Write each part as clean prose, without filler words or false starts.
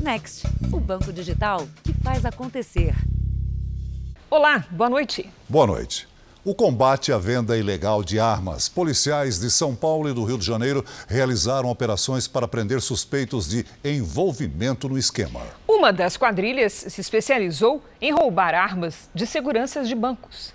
Next, o banco digital que faz acontecer. Olá, boa noite. Boa noite. O combate à venda ilegal de armas. Policiais de São Paulo e do Rio de Janeiro realizaram operações para prender suspeitos de envolvimento no esquema. Uma das quadrilhas se especializou em roubar armas de seguranças de bancos.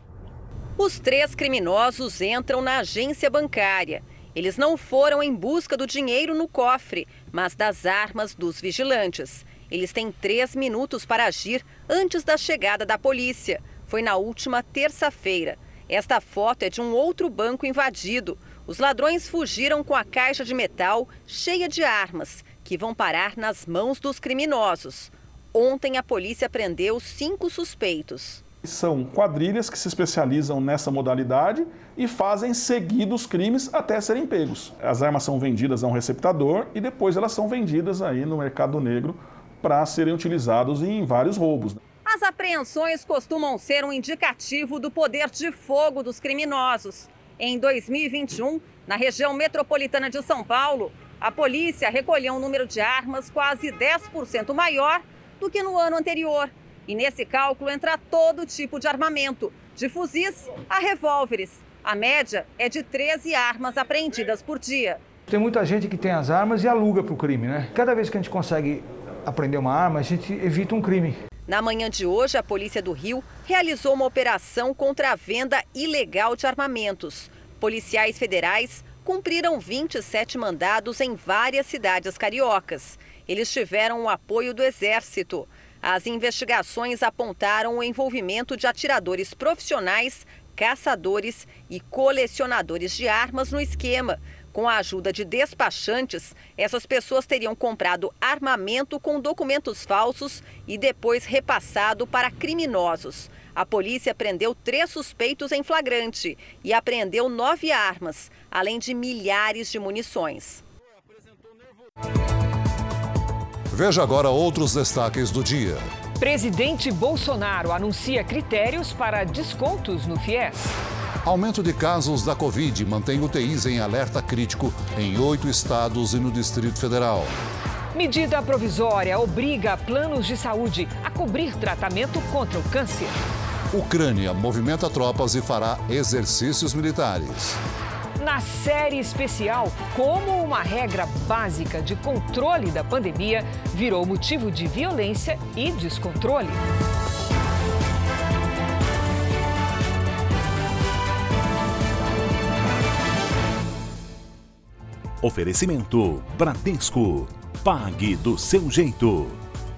Os 3 criminosos entram na agência bancária. Eles não foram em busca do dinheiro no cofre, mas das armas dos vigilantes. Eles têm 3 minutos para agir antes da chegada da polícia. Foi na última terça-feira. Esta foto é de um outro banco invadido. Os ladrões fugiram com a caixa de metal cheia de armas, que vão parar nas mãos dos criminosos. Ontem a polícia prendeu 5 suspeitos. São quadrilhas que se especializam nessa modalidade e fazem seguidos crimes até serem pegos. As armas são vendidas a um receptador e depois elas são vendidas aí no mercado negro para serem utilizados em vários roubos. As apreensões costumam ser um indicativo do poder de fogo dos criminosos. Em 2021, na região metropolitana de São Paulo, a polícia recolheu um número de armas quase 10% maior do que no ano anterior. E nesse cálculo entra todo tipo de armamento, de fuzis a revólveres. A média é de 13 armas apreendidas por dia. Tem muita gente que tem as armas e aluga para o crime, né? Cada vez que a gente consegue apreender uma arma, a gente evita um crime. Na manhã de hoje, a Polícia do Rio realizou uma operação contra a venda ilegal de armamentos. Policiais federais cumpriram 27 mandados em várias cidades cariocas. Eles tiveram o apoio do Exército. As investigações apontaram o envolvimento de atiradores profissionais, caçadores e colecionadores de armas no esquema. Com a ajuda de despachantes, essas pessoas teriam comprado armamento com documentos falsos e depois repassado para criminosos. A polícia prendeu 3 suspeitos em flagrante e apreendeu 9 armas, além de milhares de munições. Veja agora outros destaques do dia. Presidente Bolsonaro anuncia critérios para descontos no FIES. Aumento de casos da Covid mantém UTIs em alerta crítico em 8 estados e no Distrito Federal. Medida provisória obriga planos de saúde a cobrir tratamento contra o câncer. Ucrânia movimenta tropas e fará exercícios militares. Na série especial, como uma regra básica de controle da pandemia virou motivo de violência e descontrole. Oferecimento Bradesco. Pague do seu jeito.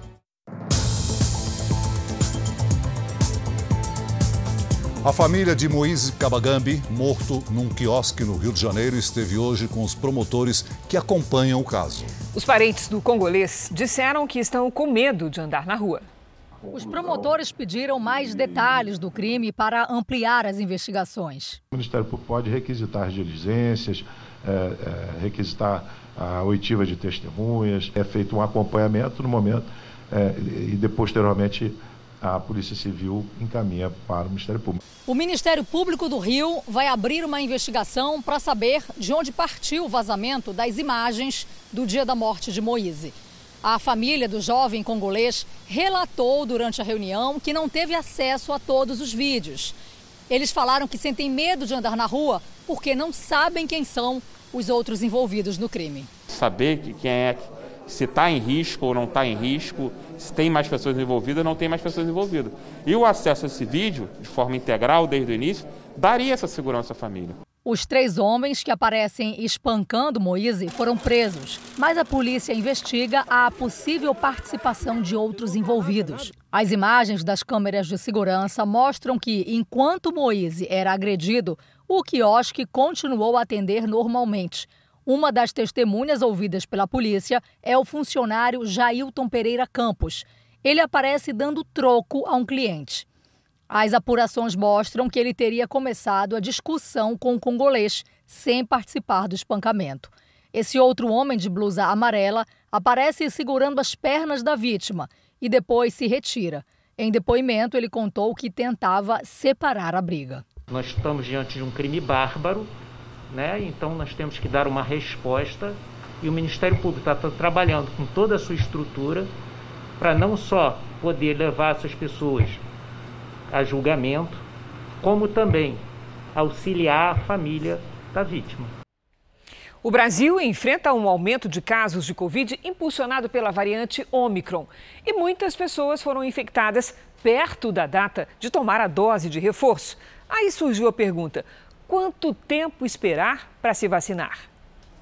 A família de Moise Kabagambi, morto num quiosque no Rio de Janeiro, esteve hoje com os promotores que acompanham o caso. Os parentes do congolês disseram que estão com medo de andar na rua. Os promotores pediram mais detalhes do crime para ampliar as investigações. O Ministério Público pode requisitar diligências, requisitar a oitiva de testemunhas, é feito um acompanhamento no momento e posteriormente a Polícia Civil encaminha para o Ministério Público. O Ministério Público do Rio vai abrir uma investigação para saber de onde partiu o vazamento das imagens do dia da morte de Moise. A família do jovem congolês relatou durante a reunião que não teve acesso a todos os vídeos. Eles falaram que sentem medo de andar na rua porque não sabem quem são os outros envolvidos no crime. Saber quem é, se está em risco ou não está em risco, se tem mais pessoas envolvidas ou não tem mais pessoas envolvidas. E o acesso a esse vídeo, de forma integral desde o início, daria essa segurança à família. Os 3 homens que aparecem espancando Moise foram presos, mas a polícia investiga a possível participação de outros envolvidos. As imagens das câmeras de segurança mostram que, enquanto Moise era agredido, o quiosque continuou a atender normalmente. Uma das testemunhas ouvidas pela polícia é o funcionário Jailton Pereira Campos. Ele aparece dando troco a um cliente. As apurações mostram que ele teria começado a discussão com o congolês sem participar do espancamento. Esse outro homem de blusa amarela aparece segurando as pernas da vítima e depois se retira. Em depoimento, ele contou que tentava separar a briga. Nós estamos diante de um crime bárbaro, né? Então nós temos que dar uma resposta E o Ministério Público está trabalhando com toda a sua estrutura para não só poder levar essas pessoas a julgamento, como também auxiliar a família da vítima. O Brasil enfrenta um aumento de casos de Covid impulsionado pela variante Ômicron. E muitas pessoas foram infectadas perto da data de tomar a dose de reforço. Aí surgiu a pergunta: quanto tempo esperar para se vacinar?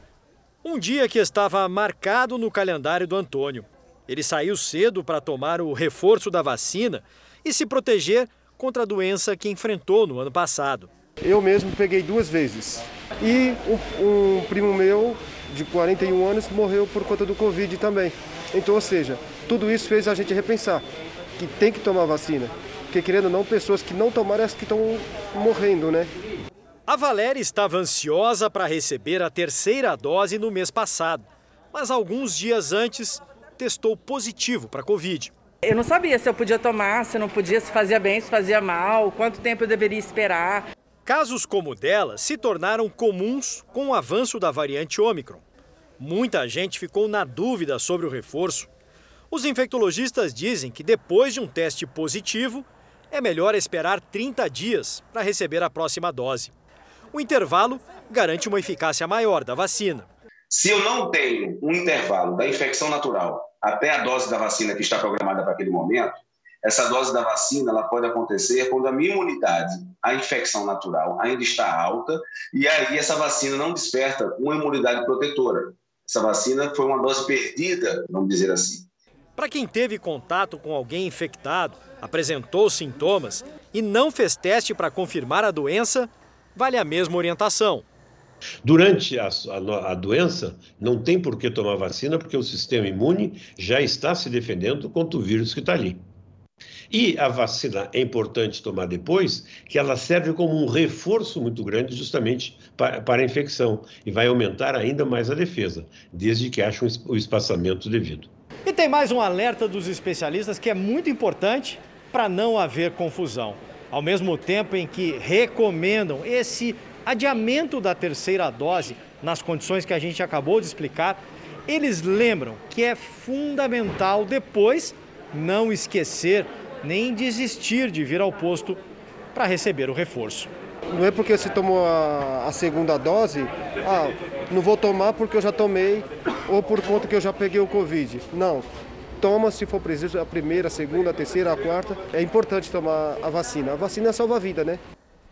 Um dia que estava marcado no calendário do Antônio. Ele saiu cedo para tomar o reforço da vacina e se proteger contra a doença que enfrentou no ano passado. Eu mesmo peguei 2 vezes. E um primo meu, de 41 anos, morreu por conta do Covid também. Então, ou seja, tudo isso fez a gente repensar que tem que tomar vacina. Porque, querendo ou não, pessoas que não tomaram as que estão morrendo, né? A Valéria estava ansiosa para receber a 3ª dose no mês passado. Mas alguns dias antes, testou positivo para Covid. Eu não sabia se eu podia tomar, se não podia, se fazia bem, se fazia mal, quanto tempo eu deveria esperar. Casos como o dela se tornaram comuns com o avanço da variante Ômicron. Muita gente ficou na dúvida sobre o reforço. Os infectologistas dizem que depois de um teste positivo, é melhor esperar 30 dias para receber a próxima dose. O intervalo garante uma eficácia maior da vacina. Se eu não tenho um intervalo da infecção natural até a dose da vacina que está programada para aquele momento, essa dose da vacina ela pode acontecer quando a minha imunidade, a infecção natural, ainda está alta e aí essa vacina não desperta uma imunidade protetora. Essa vacina foi uma dose perdida, vamos dizer assim. Para quem teve contato com alguém infectado, apresentou sintomas e não fez teste para confirmar a doença, vale a mesma orientação. Durante a doença, não tem por que tomar vacina, porque o sistema imune já está se defendendo contra o vírus que está ali. E a vacina é importante tomar depois, que ela serve como um reforço muito grande justamente para a infecção e vai aumentar ainda mais a defesa, desde que haja o espaçamento devido. E tem mais um alerta dos especialistas que é muito importante para não haver confusão. Ao mesmo tempo em que recomendam esse adiamento da 3ª dose nas condições que a gente acabou de explicar, eles lembram que é fundamental depois não esquecer nem desistir de vir ao posto para receber o reforço. Não é porque você tomou a 2ª dose, não vou tomar porque eu já tomei ou por conta que eu já peguei o Covid. Não, toma se for preciso a 1ª, a 2ª, a 3ª, a 4ª. É importante tomar a vacina. A vacina salva a vida, né?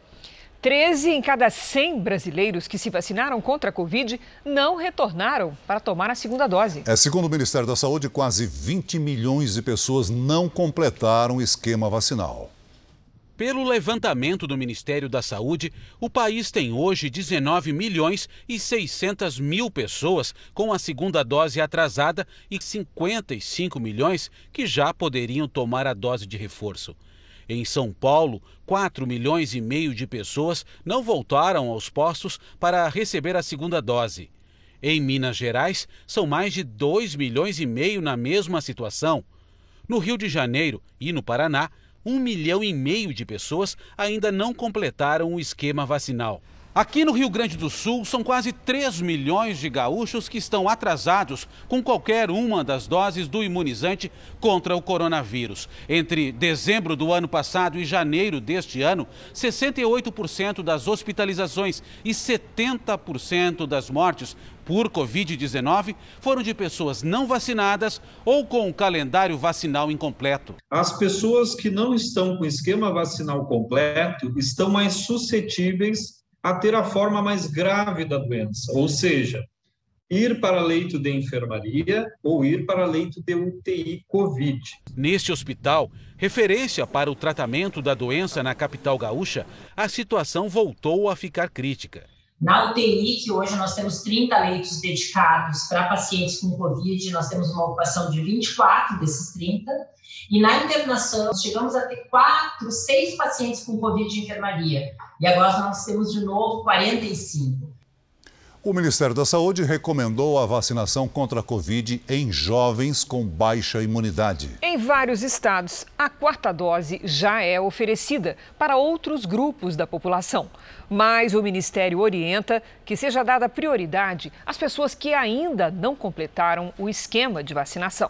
13 em cada 100 brasileiros que se vacinaram contra a Covid não retornaram para tomar a 2ª dose. Segundo o Ministério da Saúde, quase 20 milhões de pessoas não completaram o esquema vacinal. Pelo levantamento do Ministério da Saúde, o país tem hoje 19 milhões e 600 mil pessoas com a 2ª dose atrasada e 55 milhões que já poderiam tomar a dose de reforço. Em São Paulo, 4 milhões e meio de pessoas não voltaram aos postos para receber a 2ª dose. Em Minas Gerais, são mais de 2 milhões e meio na mesma situação. No Rio de Janeiro e no Paraná, 1,5 milhão de pessoas ainda não completaram o esquema vacinal. Aqui no Rio Grande do Sul, são quase 3 milhões de gaúchos que estão atrasados com qualquer uma das doses do imunizante contra o coronavírus. Entre dezembro do ano passado e janeiro deste ano, 68% das hospitalizações e 70% das mortes por Covid-19 foram de pessoas não vacinadas ou com o calendário vacinal incompleto. As pessoas que não estão com o esquema vacinal completo estão mais suscetíveis a ter a forma mais grave da doença, ou seja, ir para leito de enfermaria ou ir para leito de UTI Covid. Neste hospital, referência para o tratamento da doença na capital gaúcha, a situação voltou a ficar crítica. Na UTI, que hoje nós temos 30 leitos dedicados para pacientes com Covid, nós temos uma ocupação de 24 desses 30, e na internação chegamos a ter 6 pacientes com Covid de enfermaria, e agora nós temos de novo 45. O Ministério da Saúde recomendou a vacinação contra a Covid em jovens com baixa imunidade. Em vários estados, a quarta dose já é oferecida para outros grupos da população. Mas o Ministério orienta que seja dada prioridade às pessoas que ainda não completaram o esquema de vacinação.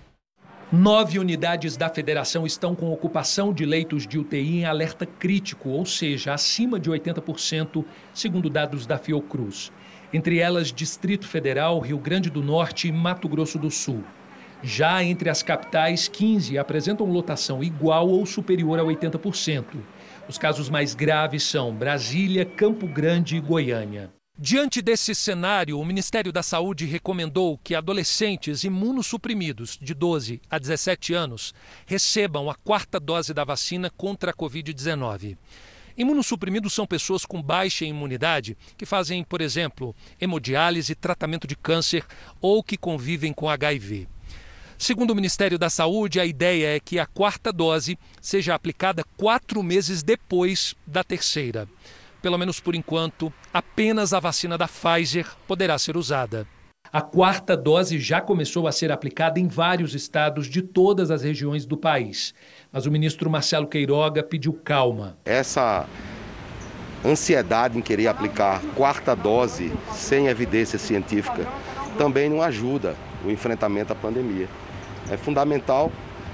9 unidades da federação estão com ocupação de leitos de UTI em alerta crítico, ou seja, acima de 80%, segundo dados da Fiocruz. Entre elas, Distrito Federal, Rio Grande do Norte e Mato Grosso do Sul. Já entre as capitais, 15 apresentam lotação igual ou superior a 80%. Os casos mais graves são Brasília, Campo Grande e Goiânia. Diante desse cenário, o Ministério da Saúde recomendou que adolescentes imunossuprimidos de 12 a 17 anos recebam a quarta dose da vacina contra a Covid-19. Imunossuprimidos são pessoas com baixa imunidade que fazem, por exemplo, hemodiálise, tratamento de câncer ou que convivem com HIV. Segundo o Ministério da Saúde, a ideia é que a quarta dose seja aplicada 4 meses depois da terceira. Pelo menos por enquanto, apenas a vacina da Pfizer poderá ser usada. A quarta dose já começou a ser aplicada em vários estados de todas as regiões do país. Mas o ministro Marcelo Queiroga pediu calma. Essa ansiedade em querer aplicar quarta dose sem evidência científica também não ajuda o enfrentamento à pandemia. É fundamental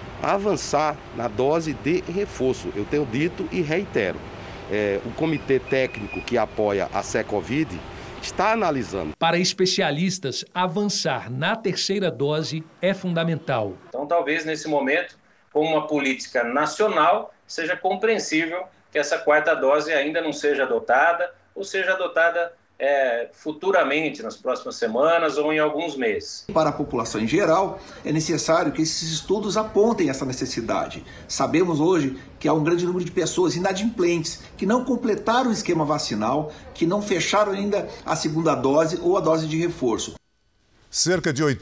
avançar na dose de reforço. Eu tenho dito e reitero. O comitê técnico que apoia a Secovid está analisando. Para especialistas, avançar na terceira dose é fundamental. Então, talvez nesse momento, como uma política nacional, seja compreensível que essa quarta dose ainda não seja adotada, ou seja adotada futuramente, nas próximas semanas ou em alguns meses. Para a população em geral, é necessário que esses estudos apontem essa necessidade. Sabemos hoje que há um grande número de pessoas inadimplentes que não completaram o esquema vacinal, que não fecharam ainda a segunda dose ou a dose de reforço. Cerca de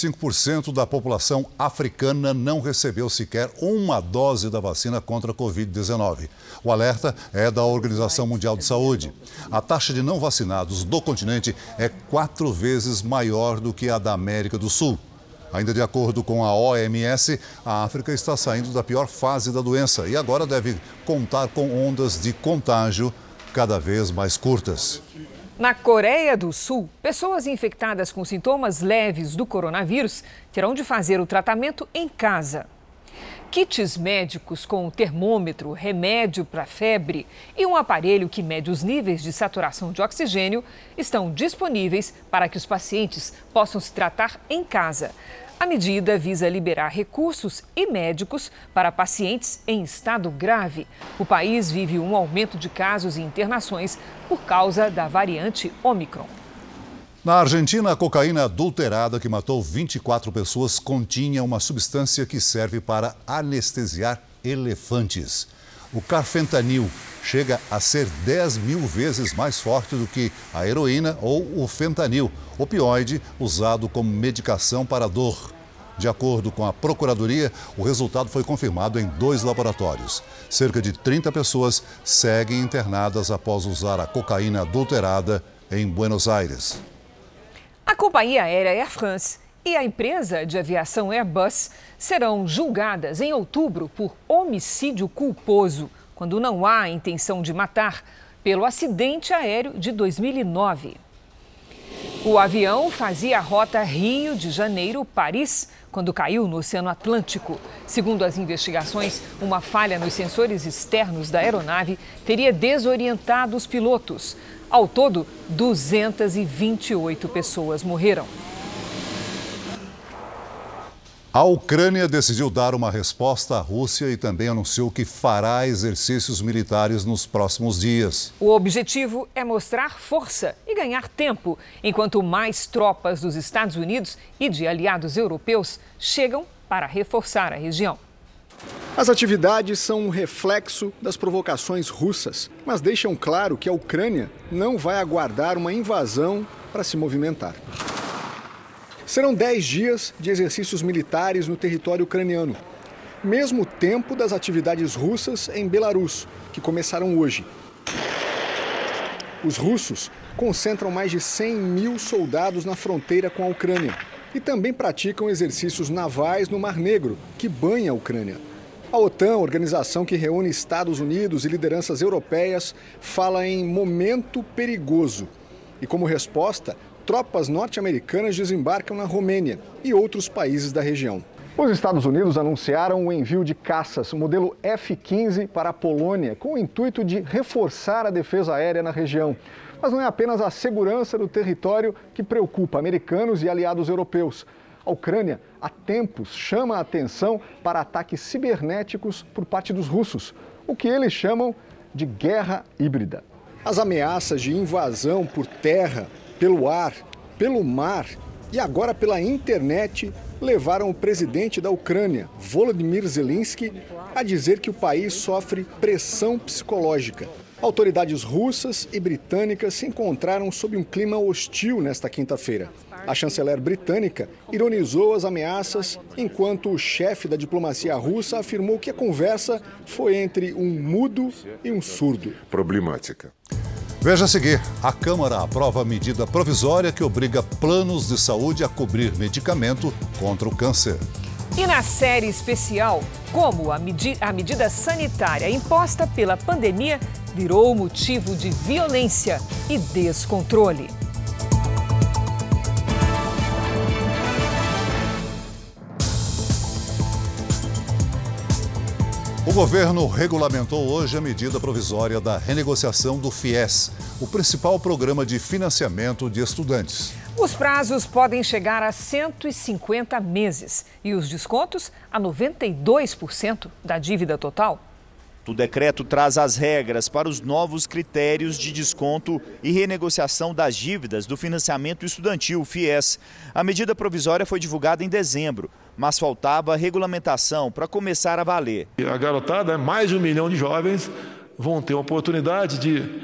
85% da população africana não recebeu sequer uma dose da vacina contra a Covid-19. O alerta é da Organização Mundial de Saúde. A taxa de não vacinados do continente é 4 vezes maior do que a da América do Sul. Ainda de acordo com a OMS, a África está saindo da pior fase da doença e agora deve contar com ondas de contágio cada vez mais curtas. Na Coreia do Sul, pessoas infectadas com sintomas leves do coronavírus terão de fazer o tratamento em casa. Kits médicos com termômetro, remédio para febre e um aparelho que mede os níveis de saturação de oxigênio estão disponíveis para que os pacientes possam se tratar em casa. A medida visa liberar recursos e médicos para pacientes em estado grave. O país vive um aumento de casos e internações por causa da variante Ômicron. Na Argentina, a cocaína adulterada que matou 24 pessoas continha uma substância que serve para anestesiar elefantes. O carfentanil chega a ser 10.000 vezes mais forte do que a heroína ou o fentanil, opioide usado como medicação para a dor. De acordo com a Procuradoria, o resultado foi confirmado em 2 laboratórios. Cerca de 30 pessoas seguem internadas após usar a cocaína adulterada em Buenos Aires. A companhia aérea Air France e a empresa de aviação Airbus serão julgadas em outubro por homicídio culposo, quando não há intenção de matar, pelo acidente aéreo de 2009. O avião fazia a rota Rio de Janeiro-Paris quando caiu no Oceano Atlântico. Segundo as investigações, uma falha nos sensores externos da aeronave teria desorientado os pilotos. Ao todo, 228 pessoas morreram. A Ucrânia decidiu dar uma resposta à Rússia e também anunciou que fará exercícios militares nos próximos dias. O objetivo é mostrar força e ganhar tempo, enquanto mais tropas dos Estados Unidos e de aliados europeus chegam para reforçar a região. As atividades são um reflexo das provocações russas, mas deixam claro que a Ucrânia não vai aguardar uma invasão para se movimentar. Serão 10 dias de exercícios militares no território ucraniano, mesmo tempo das atividades russas em Belarus, que começaram hoje. Os russos concentram mais de 100 mil soldados na fronteira com a Ucrânia e também praticam exercícios navais no Mar Negro, que banha a Ucrânia. A OTAN, organização que reúne Estados Unidos e lideranças europeias, fala em momento perigoso. E como resposta, tropas norte-americanas desembarcam na Romênia e outros países da região. Os Estados Unidos anunciaram o envio de caças, modelo F-15, para a Polônia, com o intuito de reforçar a defesa aérea na região. Mas não é apenas a segurança do território que preocupa americanos e aliados europeus. A Ucrânia, há tempos, chama a atenção para ataques cibernéticos por parte dos russos, o que eles chamam de guerra híbrida. As ameaças de invasão por terra, pelo ar, pelo mar e agora pela internet levaram o presidente da Ucrânia, Volodymyr Zelensky, a dizer que o país sofre pressão psicológica. Autoridades russas e britânicas se encontraram sob um clima hostil nesta quinta-feira. A chanceler britânica ironizou as ameaças, enquanto o chefe da diplomacia russa afirmou que a conversa foi entre um mudo e um surdo. Problemática. Veja a seguir, a Câmara aprova a medida provisória que obriga planos de saúde a cobrir medicamento contra o câncer. E na série especial, como a medida sanitária imposta pela pandemia virou motivo de violência e descontrole. O governo regulamentou hoje a medida provisória da renegociação do FIES, o principal programa de financiamento de estudantes. Os prazos podem chegar a 150 meses e os descontos a 92% da dívida total. O decreto traz as regras para os novos critérios de desconto e renegociação das dívidas do financiamento estudantil, FIES. A medida provisória foi divulgada em dezembro, mas faltava regulamentação para começar a valer. A garotada, mais de 1 milhão de jovens, vão ter a oportunidade de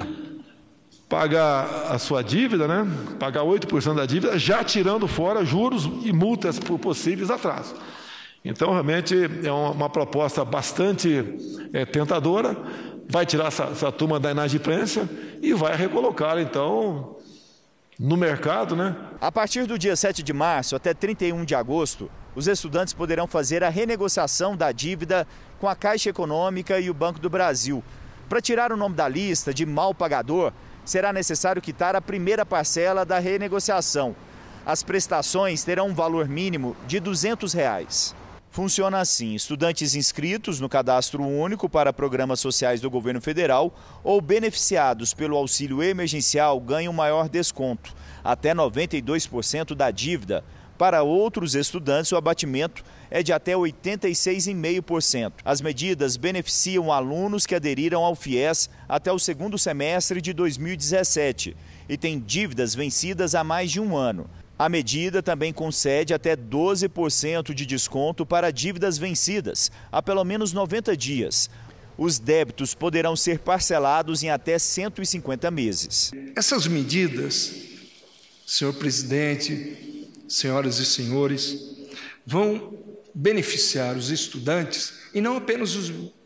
pagar a sua dívida, pagar 8% da dívida, já tirando fora juros e multas por possíveis atrasos. Então, realmente, é uma proposta bastante tentadora, vai tirar essa turma da inadimplência e vai recolocá-la, então, no mercado, A partir do dia 7 de março até 31 de agosto, os estudantes poderão fazer a renegociação da dívida com a Caixa Econômica e o Banco do Brasil. Para tirar o nome da lista de mal pagador, será necessário quitar a primeira parcela da renegociação. As prestações terão um valor mínimo de R$ 200. Funciona assim: estudantes inscritos no Cadastro Único para programas sociais do governo federal ou beneficiados pelo auxílio emergencial ganham maior desconto, até 92% da dívida. Para outros estudantes, o abatimento é de até 86,5%. As medidas beneficiam alunos que aderiram ao FIES até o segundo semestre de 2017 e têm dívidas vencidas há mais de um ano. A medida também concede até 12% de desconto para dívidas vencidas há pelo menos 90 dias. Os débitos poderão ser parcelados em até 150 meses. Essas medidas, senhor presidente, senhoras e senhores, vão beneficiar os estudantes, e não apenas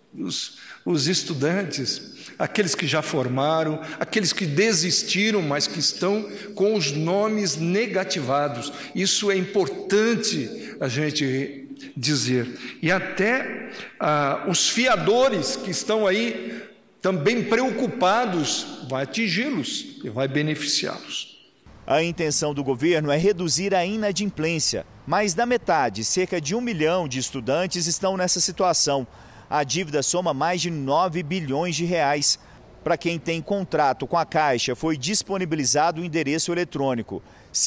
os estudantes, aqueles que já formaram, aqueles que desistiram, mas que estão com os nomes negativados. Isso é importante a gente dizer. E até os fiadores que estão aí também preocupados, vai atingi-los e vai beneficiá-los. A intenção do governo é reduzir a inadimplência, mas da metade, cerca de 1 milhão de estudantes estão nessa situação. A dívida soma mais de 9 bilhões de reais. Para quem tem contrato com a Caixa, foi disponibilizado o endereço eletrônico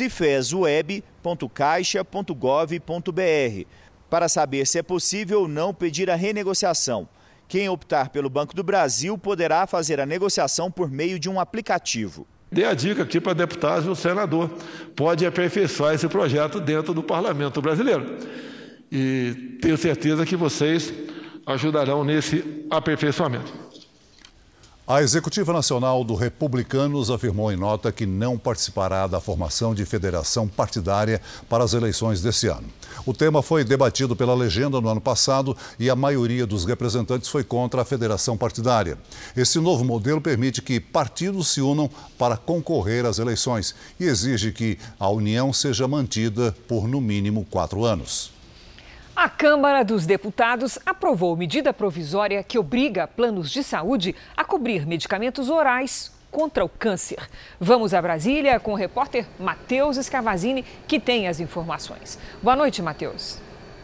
cifesweb.caixa.gov.br para saber se é possível ou não pedir a renegociação. Quem optar pelo Banco do Brasil poderá fazer a negociação por meio de um aplicativo. Dê a dica aqui para deputados e o senador. Pode aperfeiçoar esse projeto dentro do Parlamento brasileiro. E tenho certeza que vocês ajudarão nesse aperfeiçoamento. A Executiva Nacional do Republicanos afirmou em nota que não participará da formação de federação partidária para as eleições desse ano. O tema foi debatido pela legenda no ano passado e a maioria dos representantes foi contra a federação partidária. Esse novo modelo permite que partidos se unam para concorrer às eleições e exige que a união seja mantida por no mínimo 4 anos. A Câmara dos Deputados aprovou medida provisória que obriga planos de saúde a cobrir medicamentos orais contra o câncer. Vamos a Brasília com o repórter Matheus Scavazini, que tem as informações. Boa noite, Matheus.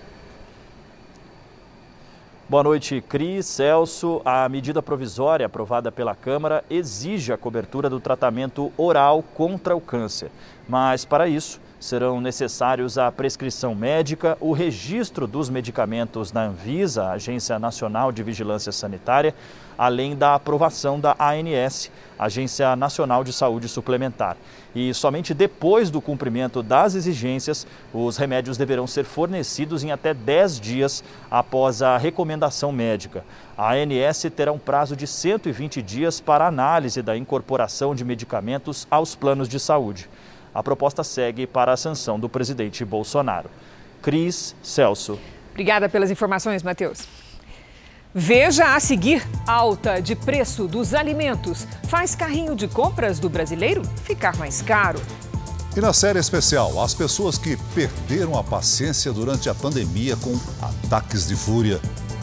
Boa noite, Cris, Celso. A medida provisória aprovada pela Câmara exige a cobertura do tratamento oral contra o câncer. Mas, para isso, serão necessários a prescrição médica, o registro dos medicamentos na Anvisa, a Agência Nacional de Vigilância Sanitária, além da aprovação da ANS, Agência Nacional de Saúde Suplementar. E somente depois do cumprimento das exigências, os remédios deverão ser fornecidos em até 10 dias após a recomendação médica. A ANS terá um prazo de 120 dias para análise da incorporação de medicamentos aos planos de saúde. A proposta segue para a sanção do presidente Bolsonaro. Cris, Celso. Obrigada pelas informações, Matheus. Veja a seguir: alta de preço dos alimentos faz carrinho de compras do brasileiro ficar mais caro. E na série especial, as pessoas que perderam a paciência durante a pandemia com ataques de fúria.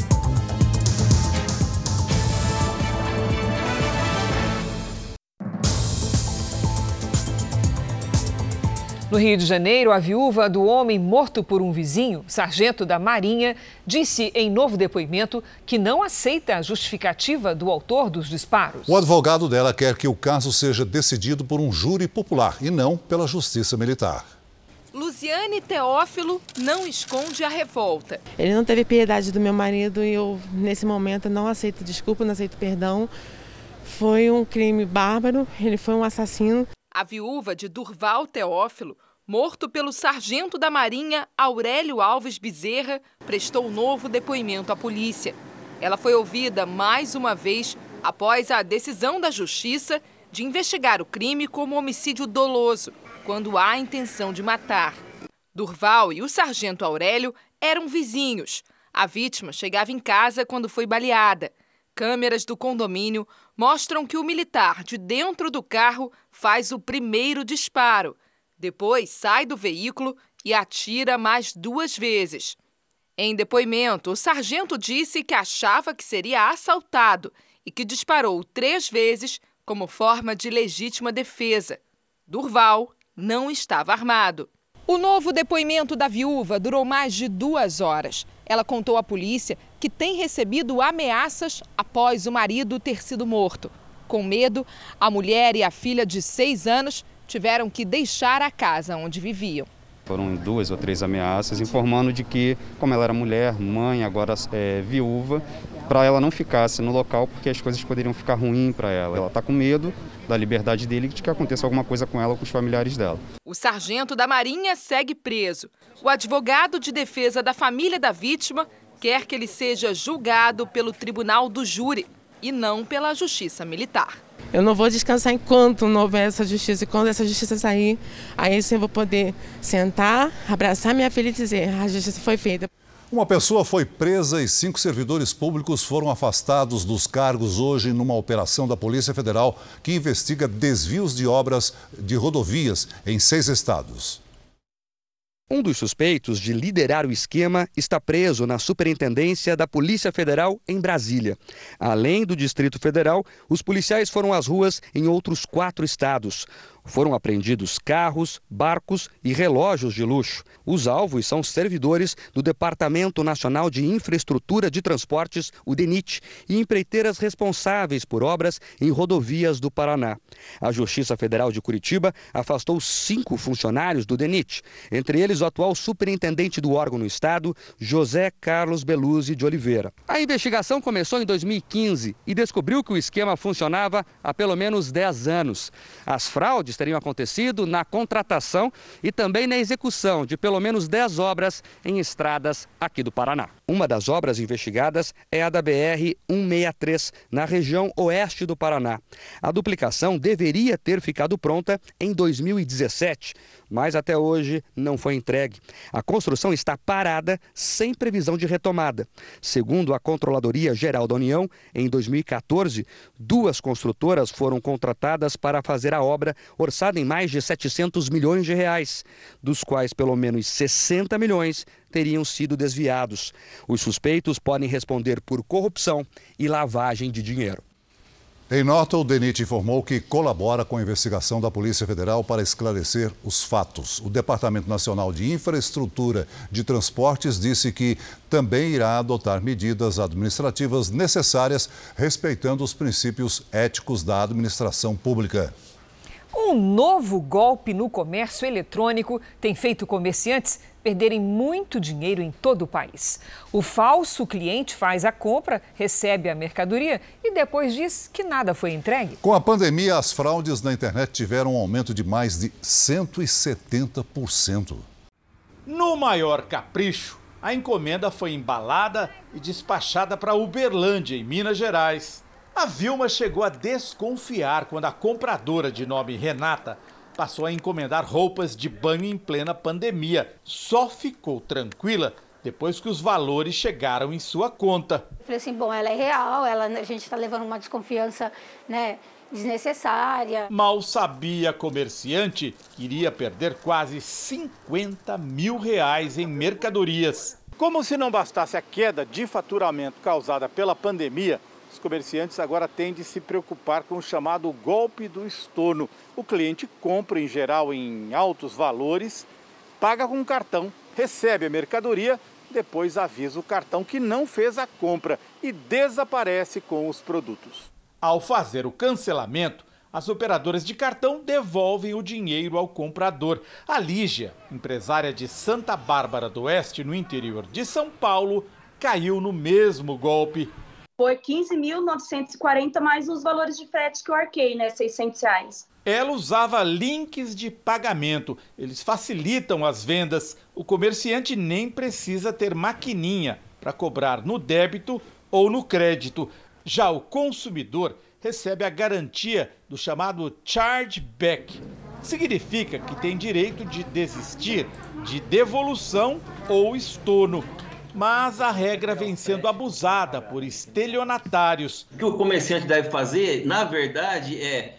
No Rio de Janeiro, a viúva do homem morto por um vizinho, sargento da Marinha, disse em novo depoimento que não aceita a justificativa do autor dos disparos. O advogado dela quer que o caso seja decidido por um júri popular e não pela Justiça Militar. Luziane Teófilo não esconde a revolta. Ele não teve piedade do meu marido e eu, nesse momento, não aceito desculpa, não aceito perdão. Foi um crime bárbaro, ele foi um assassino. A viúva de Durval Teófilo, morto pelo sargento da Marinha Aurélio Alves Bezerra, prestou novo depoimento à polícia. Ela foi ouvida mais uma vez após a decisão da Justiça de investigar o crime como homicídio doloso, quando há intenção de matar. Durval e o sargento Aurélio eram vizinhos. A vítima chegava em casa quando foi baleada. Câmeras do condomínio mostram que o militar de dentro do carro faz o primeiro disparo. Depois sai do veículo e atira mais 2 vezes. Em depoimento, o sargento disse que achava que seria assaltado e que disparou 3 vezes como forma de legítima defesa. Durval não estava armado. O novo depoimento da viúva durou mais de 2 horas. Ela contou à polícia que tem recebido ameaças após o marido ter sido morto. Com medo, a mulher e a filha de 6 anos tiveram que deixar a casa onde viviam. Foram 2 ou 3 ameaças informando de que, como ela era mulher, mãe, agora viúva, para ela não ficasse no local porque as coisas poderiam ficar ruins para ela. Ela está com medo da liberdade dele e de que aconteça alguma coisa com ela ou com os familiares dela. O sargento da Marinha segue preso. O advogado de defesa da família da vítima quer que ele seja julgado pelo tribunal do júri e não pela Justiça Militar. Eu não vou descansar enquanto não houver essa justiça. E quando essa justiça sair, aí sim eu vou poder sentar, abraçar minha filha e dizer: a justiça foi feita. Uma pessoa foi presa e 5 servidores públicos foram afastados dos cargos hoje numa operação da Polícia Federal que investiga desvios de obras de rodovias em 6 estados. Um dos suspeitos de liderar o esquema está preso na Superintendência da Polícia Federal em Brasília. Além do Distrito Federal, os policiais foram às ruas em outros 4 estados. Foram apreendidos carros, barcos e relógios de luxo. Os alvos são servidores do Departamento Nacional de Infraestrutura de Transportes, o DENIT, e empreiteiras responsáveis por obras em rodovias do Paraná. A Justiça Federal de Curitiba afastou 5 funcionários do DENIT, entre eles o atual superintendente do órgão no estado, José Carlos Beluzzi de Oliveira. A investigação começou em 2015 e descobriu que o esquema funcionava há pelo menos 10 anos. As fraudes fraudes teriam acontecido na contratação e também na execução de pelo menos 10 obras em estradas aqui do Paraná. Uma das obras investigadas é a da BR-163, na região oeste do Paraná. A duplicação deveria ter ficado pronta em 2017, mas até hoje não foi entregue. A construção está parada, sem previsão de retomada. Segundo a Controladoria Geral da União, em 2014, 2 construtoras foram contratadas para fazer a obra, orçada em mais de 700 milhões de reais, dos quais pelo menos 60 milhões teriam sido desviados. Os suspeitos podem responder por corrupção e lavagem de dinheiro. Em nota, o DENIT informou que colabora com a investigação da Polícia Federal para esclarecer os fatos. O Departamento Nacional de Infraestrutura de Transportes disse que também irá adotar medidas administrativas necessárias, respeitando os princípios éticos da administração pública. Um novo golpe no comércio eletrônico tem feito comerciantes perderem muito dinheiro em todo o país. O falso cliente faz a compra, recebe a mercadoria e depois diz que nada foi entregue. Com a pandemia, as fraudes na internet tiveram um aumento de mais de 170%. No maior capricho, a encomenda foi embalada e despachada para Uberlândia, em Minas Gerais. A Vilma chegou a desconfiar quando a compradora, de nome Renata, passou a encomendar roupas de banho em plena pandemia. Só ficou tranquila depois que os valores chegaram em sua conta. Falei assim, bom, ela é real, a gente está levando uma desconfiança, desnecessária. Mal sabia a comerciante que iria perder quase 50 mil reais em mercadorias. Como se não bastasse a queda de faturamento causada pela pandemia, os comerciantes agora têm de se preocupar com o chamado golpe do estorno. O cliente compra, em geral, em altos valores, paga com cartão, recebe a mercadoria, depois avisa o cartão que não fez a compra e desaparece com os produtos. Ao fazer o cancelamento, as operadoras de cartão devolvem o dinheiro ao comprador. A Lígia, empresária de Santa Bárbara do Oeste, no interior de São Paulo, caiu no mesmo golpe. Foi 15.940 mais os valores de frete que eu arquei, R$600. Ela usava links de pagamento. Eles facilitam as vendas. O comerciante nem precisa ter maquininha para cobrar no débito ou no crédito. Já o consumidor recebe a garantia do chamado chargeback. Significa que tem direito de desistir de devolução ou estorno. Mas a regra vem sendo abusada por estelionatários. O que o comerciante deve fazer, na verdade, é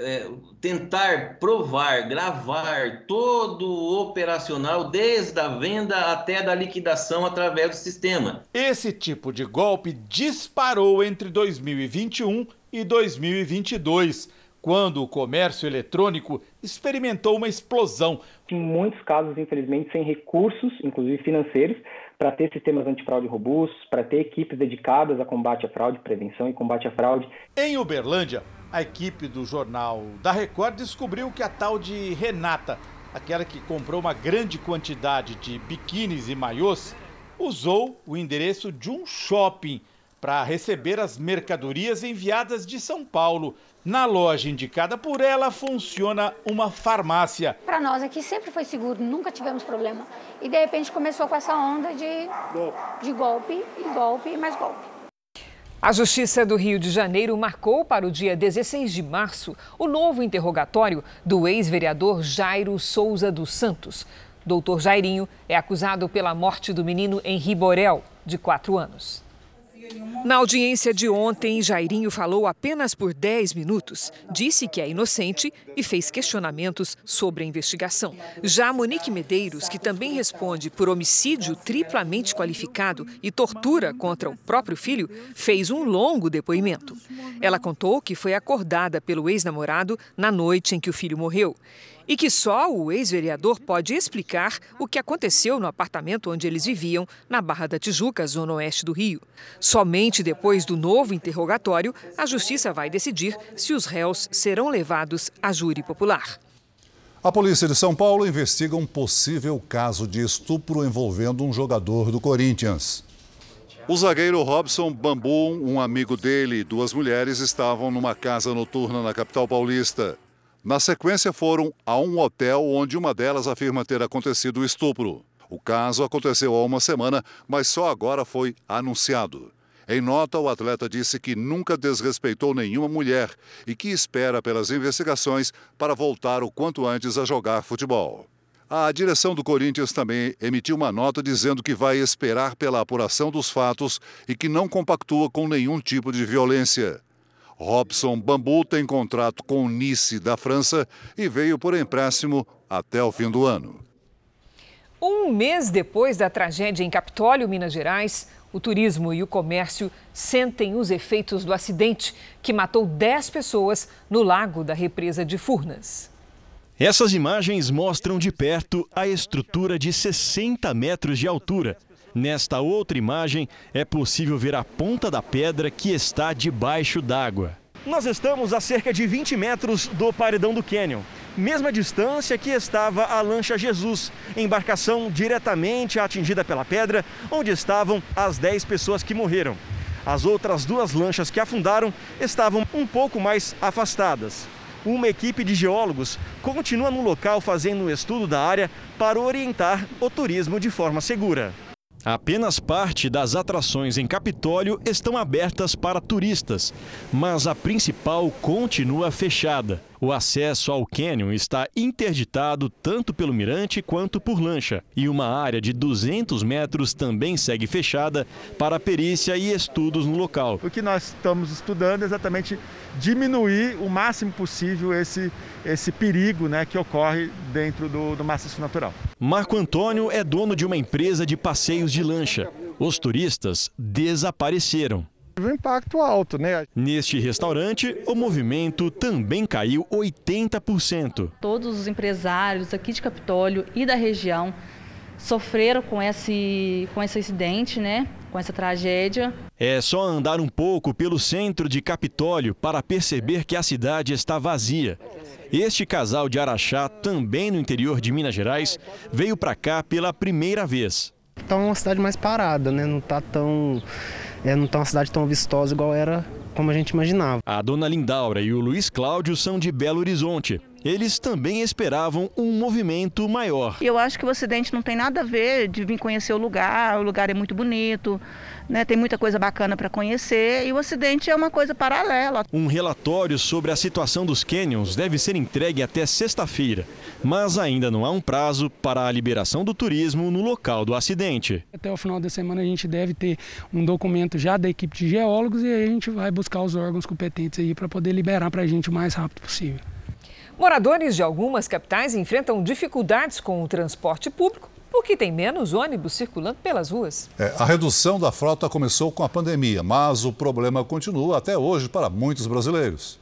tentar provar, gravar todo o operacional, desde a venda até da liquidação através do sistema. Esse tipo de golpe disparou entre 2021 e 2022, quando o comércio eletrônico experimentou uma explosão. Em muitos casos, infelizmente, sem recursos, inclusive financeiros, para ter sistemas antifraude robustos, para ter equipes dedicadas a combate à fraude, prevenção e combate à fraude. Em Uberlândia, a equipe do Jornal da Record descobriu que a tal de Renata, aquela que comprou uma grande quantidade de biquínis e maiôs, usou o endereço de um shopping para receber as mercadorias enviadas de São Paulo. Na loja indicada por ela, funciona uma farmácia. Para nós aqui sempre foi seguro, nunca tivemos problema. E de repente começou com essa onda de golpe e mais golpe. A Justiça do Rio de Janeiro marcou para o dia 16 de março o novo interrogatório do ex-vereador Jairo Souza dos Santos. Doutor Jairinho é acusado pela morte do menino Henri Borel, de 4 anos. Na audiência de ontem, Jairinho falou apenas por 10 minutos, disse que é inocente e fez questionamentos sobre a investigação. Já Monique Medeiros, que também responde por homicídio triplamente qualificado e tortura contra o próprio filho, fez um longo depoimento. Ela contou que foi acordada pelo ex-namorado na noite em que o filho morreu e que só o ex-vereador pode explicar o que aconteceu no apartamento onde eles viviam, na Barra da Tijuca, zona oeste do Rio. Somente depois do novo interrogatório, a Justiça vai decidir se os réus serão levados a júri popular. A polícia de São Paulo investiga um possível caso de estupro envolvendo um jogador do Corinthians. O zagueiro Robson Bambu, um amigo dele e 2 mulheres estavam numa casa noturna na capital paulista. Na sequência, foram a um hotel onde uma delas afirma ter acontecido o estupro. O caso aconteceu há uma semana, mas só agora foi anunciado. Em nota, o atleta disse que nunca desrespeitou nenhuma mulher e que espera pelas investigações para voltar o quanto antes a jogar futebol. A direção do Corinthians também emitiu uma nota dizendo que vai esperar pela apuração dos fatos e que não compactua com nenhum tipo de violência. Robson Bambu tem contrato com o Nice da França e veio por empréstimo até o fim do ano. Um mês depois da tragédia em Capitólio, Minas Gerais, o turismo e o comércio sentem os efeitos do acidente que matou 10 pessoas no lago da represa de Furnas. Essas imagens mostram de perto a estrutura de 60 metros de altura. Nesta outra imagem, é possível ver a ponta da pedra que está debaixo d'água. Nós estamos a cerca de 20 metros do paredão do cânion. Mesma distância que estava a lancha Jesus, embarcação diretamente atingida pela pedra, onde estavam as 10 pessoas que morreram. As outras 2 lanchas que afundaram estavam um pouco mais afastadas. Uma equipe de geólogos continua no local fazendo um estudo da área para orientar o turismo de forma segura. Apenas parte das atrações em Capitólio estão abertas para turistas, mas a principal continua fechada. O acesso ao cânion está interditado tanto pelo mirante quanto por lancha. E uma área de 200 metros também segue fechada para perícia e estudos no local. O que nós estamos estudando é exatamente diminuir o máximo possível esse perigo, que ocorre dentro do maciço natural. Marco Antônio é dono de uma empresa de passeios de lancha. Os turistas desapareceram. Um impacto alto, Neste restaurante, o movimento também caiu 80%. Todos os empresários aqui de Capitólio e da região sofreram com esse incidente, com essa tragédia. É só andar um pouco pelo centro de Capitólio para perceber que a cidade está vazia. Este casal de Araxá, também no interior de Minas Gerais, veio para cá pela primeira vez. Está uma cidade mais parada, não está uma cidade tão vistosa igual era como a gente imaginava. A dona Lindaura e o Luiz Cláudio são de Belo Horizonte. Eles também esperavam um movimento maior. Eu acho que o acidente não tem nada a ver de vir conhecer o lugar é muito bonito, tem muita coisa bacana para conhecer e o acidente é uma coisa paralela. Um relatório sobre a situação dos cânions deve ser entregue até sexta-feira, mas ainda não há um prazo para a liberação do turismo no local do acidente. Até o final da semana a gente deve ter um documento já da equipe de geólogos e aí a gente vai buscar os órgãos competentes aí para poder liberar para a gente o mais rápido possível. Moradores de algumas capitais enfrentam dificuldades com o transporte público porque tem menos ônibus circulando pelas ruas. A redução da frota começou com a pandemia, mas o problema continua até hoje para muitos brasileiros.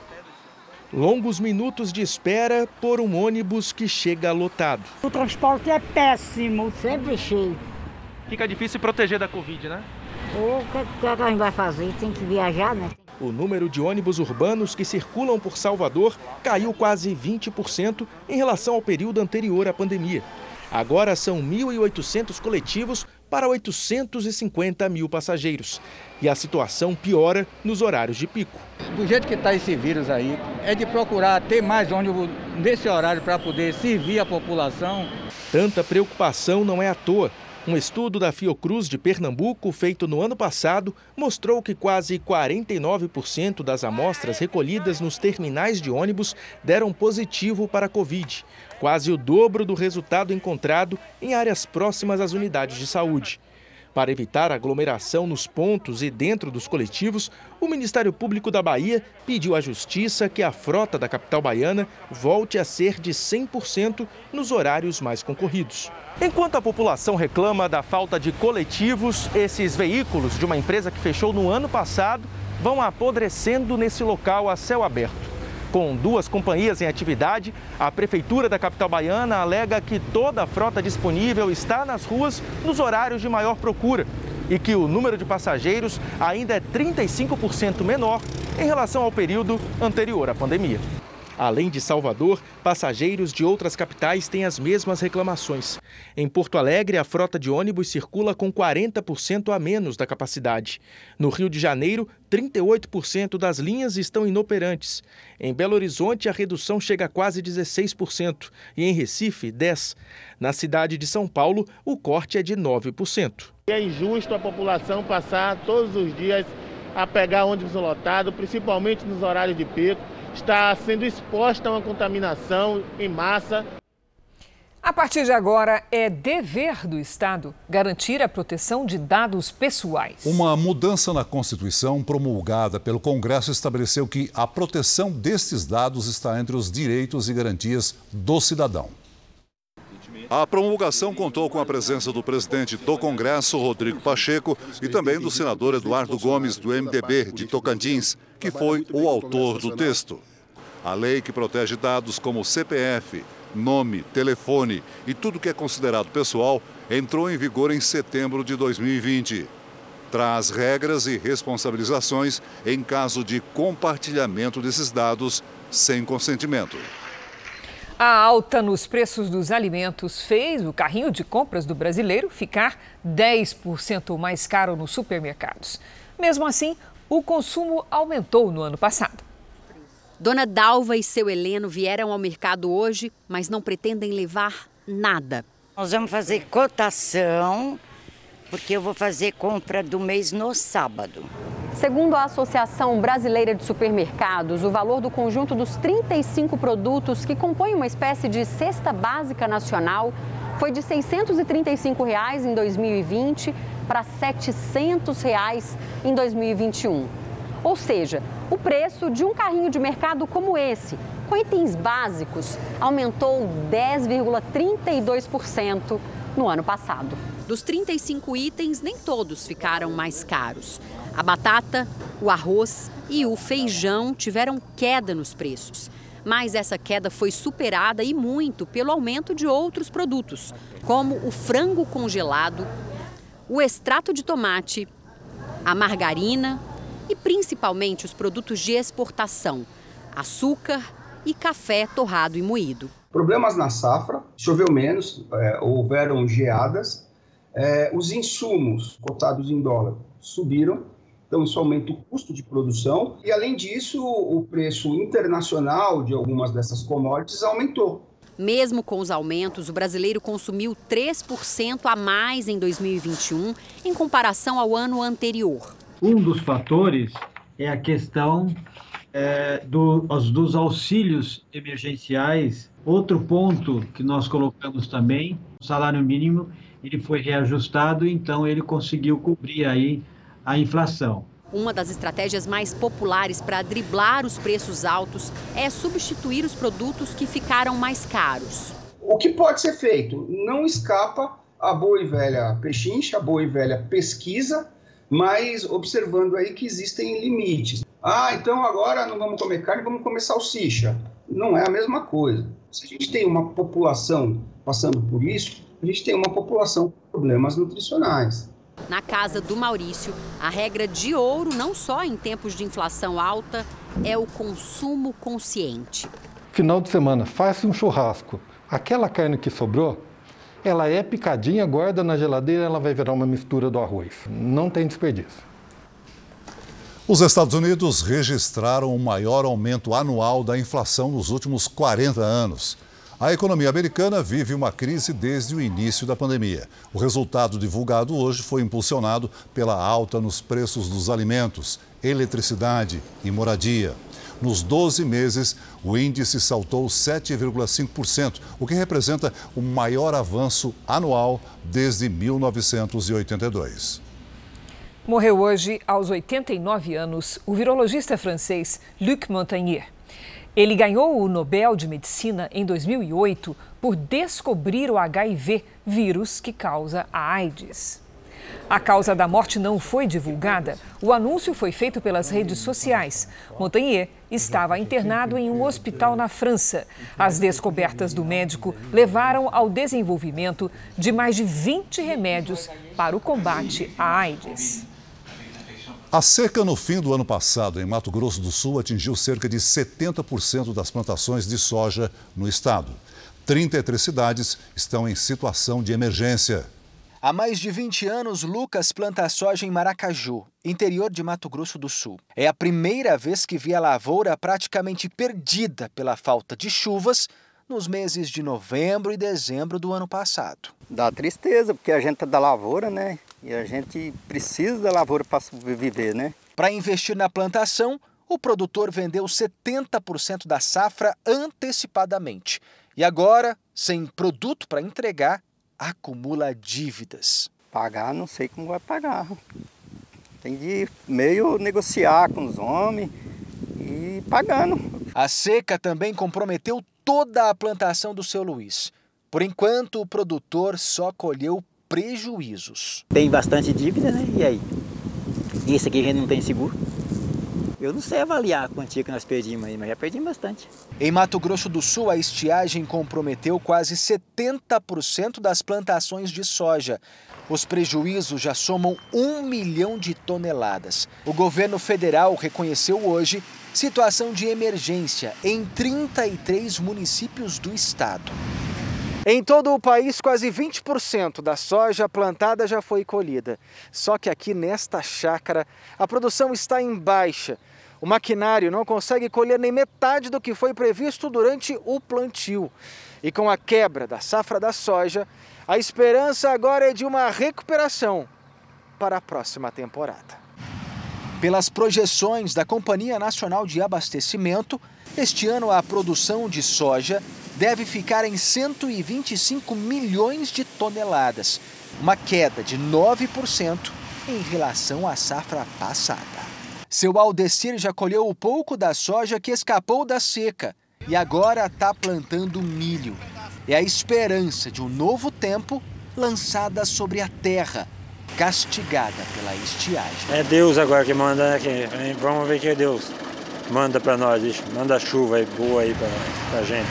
Longos minutos de espera por um ônibus que chega lotado. O transporte é péssimo, sempre cheio. Fica difícil proteger da Covid, né? O que a gente vai fazer? Tem que viajar, O número de ônibus urbanos que circulam por Salvador caiu quase 20% em relação ao período anterior à pandemia. Agora são 1.800 coletivos para 850 mil passageiros. E a situação piora nos horários de pico. Do jeito que está esse vírus aí, é de procurar ter mais ônibus nesse horário para poder servir a população. Tanta preocupação não é à toa. Um estudo da Fiocruz de Pernambuco, feito no ano passado, mostrou que quase 49% das amostras recolhidas nos terminais de ônibus deram positivo para a Covid, quase o dobro do resultado encontrado em áreas próximas às unidades de saúde. Para evitar aglomeração nos pontos e dentro dos coletivos, o Ministério Público da Bahia pediu à Justiça que a frota da capital baiana volte a ser de 100% nos horários mais concorridos. Enquanto a população reclama da falta de coletivos, esses veículos de uma empresa que fechou no ano passado vão apodrecendo nesse local a céu aberto. Com 2 companhias em atividade, a Prefeitura da capital baiana alega que toda a frota disponível está nas ruas nos horários de maior procura e que o número de passageiros ainda é 35% menor em relação ao período anterior à pandemia. Além de Salvador, passageiros de outras capitais têm as mesmas reclamações. Em Porto Alegre, a frota de ônibus circula com 40% a menos da capacidade. No Rio de Janeiro, 38% das linhas estão inoperantes. Em Belo Horizonte, a redução chega a quase 16% e em Recife, 10%. Na cidade de São Paulo, o corte é de 9%. É injusto a população passar todos os dias a pegar ônibus lotado, principalmente nos horários de pico. Está sendo exposta a uma contaminação em massa. A partir de agora, é dever do Estado garantir a proteção de dados pessoais. Uma mudança na Constituição promulgada pelo Congresso estabeleceu que a proteção destes dados está entre os direitos e garantias do cidadão. A promulgação contou com a presença do presidente do Congresso, Rodrigo Pacheco, e também do senador Eduardo Gomes, do MDB de Tocantins, que foi o autor do texto. A lei que protege dados como CPF, nome, telefone e tudo que é considerado pessoal entrou em vigor em setembro de 2020. Traz regras e responsabilizações em caso de compartilhamento desses dados sem consentimento. A alta nos preços dos alimentos fez o carrinho de compras do brasileiro ficar 10% mais caro nos supermercados. Mesmo assim, o consumo aumentou no ano passado. Dona Dalva e seu Heleno vieram ao mercado hoje, mas não pretendem levar nada. Nós vamos fazer cotação, porque eu vou fazer compra do mês no sábado. Segundo a Associação Brasileira de Supermercados, o valor do conjunto dos 35 produtos que compõem uma espécie de cesta básica nacional foi de R$ 635 em 2020 para R$ 700 em 2021. Ou seja, o preço de um carrinho de mercado como esse, com itens básicos, aumentou 10,32% no ano passado. Dos 35 itens, nem todos ficaram mais caros. A batata, o arroz e o feijão tiveram queda nos preços. Mas essa queda foi superada e muito pelo aumento de outros produtos, como o frango congelado, o extrato de tomate, a margarina e principalmente os produtos de exportação, açúcar e café torrado e moído. Problemas na safra, choveu menos, houveram geadas, os insumos cotados em dólar subiram, então isso aumenta o custo de produção e, além disso, o preço internacional de algumas dessas commodities aumentou. Mesmo com os aumentos, o brasileiro consumiu 3% a mais em 2021 em comparação ao anterior. Um dos fatores é a questão dos auxílios emergenciais. Outro ponto que nós colocamos também, o salário mínimo, ele foi reajustado, então ele conseguiu cobrir aí a inflação. Uma das estratégias mais populares para driblar os preços altos é substituir os produtos que ficaram mais caros. O que pode ser feito? Não escapa a boa e velha pechincha, a boa e velha pesquisa, mas observando aí que existem limites. Então agora não vamos comer carne, vamos comer salsicha. Não é a mesma coisa. Se a gente tem uma população passando por isso, a gente tem uma população com problemas nutricionais. Na casa do Maurício, a regra de ouro, não só em tempos de inflação alta, é o consumo consciente. Final de semana, faz um churrasco. Aquela carne que sobrou, ela é picadinha, guarda na geladeira, ela vai virar uma mistura do arroz. Não tem desperdício. Os Estados Unidos registraram o maior aumento anual da inflação nos últimos 40 anos. A economia americana vive uma crise desde o início da pandemia. O resultado divulgado hoje foi impulsionado pela alta nos preços dos alimentos, eletricidade e moradia. Nos 12 meses, o índice saltou 7,5%, o que representa o maior avanço anual desde 1982. Morreu hoje, aos 89 anos, o virologista francês Luc Montagnier. Ele ganhou o Nobel de Medicina em 2008 por descobrir o HIV, vírus que causa a AIDS. A causa da morte não foi divulgada. O anúncio foi feito pelas redes sociais. Montagnier estava internado em um hospital na França. As descobertas do médico levaram ao desenvolvimento de mais de 20 remédios para o combate à AIDS. A seca no fim do ano passado em Mato Grosso do Sul atingiu cerca de 70% das plantações de soja no estado. 33 cidades estão em situação de emergência. Há mais de 20 anos, Lucas planta soja em Maracaju, interior de Mato Grosso do Sul. É a primeira vez que vê a lavoura praticamente perdida pela falta de chuvas nos meses de novembro e dezembro do ano passado. Dá tristeza, porque a gente é da lavoura, né? E a gente precisa da lavoura para sobreviver, né? Para investir na plantação, o produtor vendeu 70% da safra antecipadamente. E agora, sem produto para entregar, acumula dívidas. Pagar, não sei como vai pagar. Tem de meio negociar com os homens e pagando. A seca também comprometeu toda a plantação do seu Luiz. Por enquanto, o produtor só colheu prejuízos. Tem bastante dívida, né? E aí? Isso aqui a gente não tem seguro. Eu não sei avaliar a quantia que nós perdimos aí, mas já perdimos bastante. Em Mato Grosso do Sul, a estiagem comprometeu quase 70% das plantações de soja. Os prejuízos já somam 1 milhão de toneladas. O governo federal reconheceu hoje situação de emergência em 33 municípios do estado. Em todo o país, quase 20% da soja plantada já foi colhida. Só que aqui nesta chácara, a produção está em baixa. O maquinário não consegue colher nem metade do que foi previsto durante o plantio. E com a quebra da safra da soja, a esperança agora é de uma recuperação para a próxima temporada. Pelas projeções da Companhia Nacional de Abastecimento, este ano a produção de soja deve ficar em 125 milhões de toneladas, uma queda de 9% em relação à safra passada. Seu Aldecir já colheu o pouco da soja que escapou da seca e agora está plantando milho. É a esperança de um novo tempo lançada sobre a terra, castigada pela estiagem. É Deus agora que manda aqui. Vamos ver que Deus manda para nós, manda chuva aí boa aí para a gente.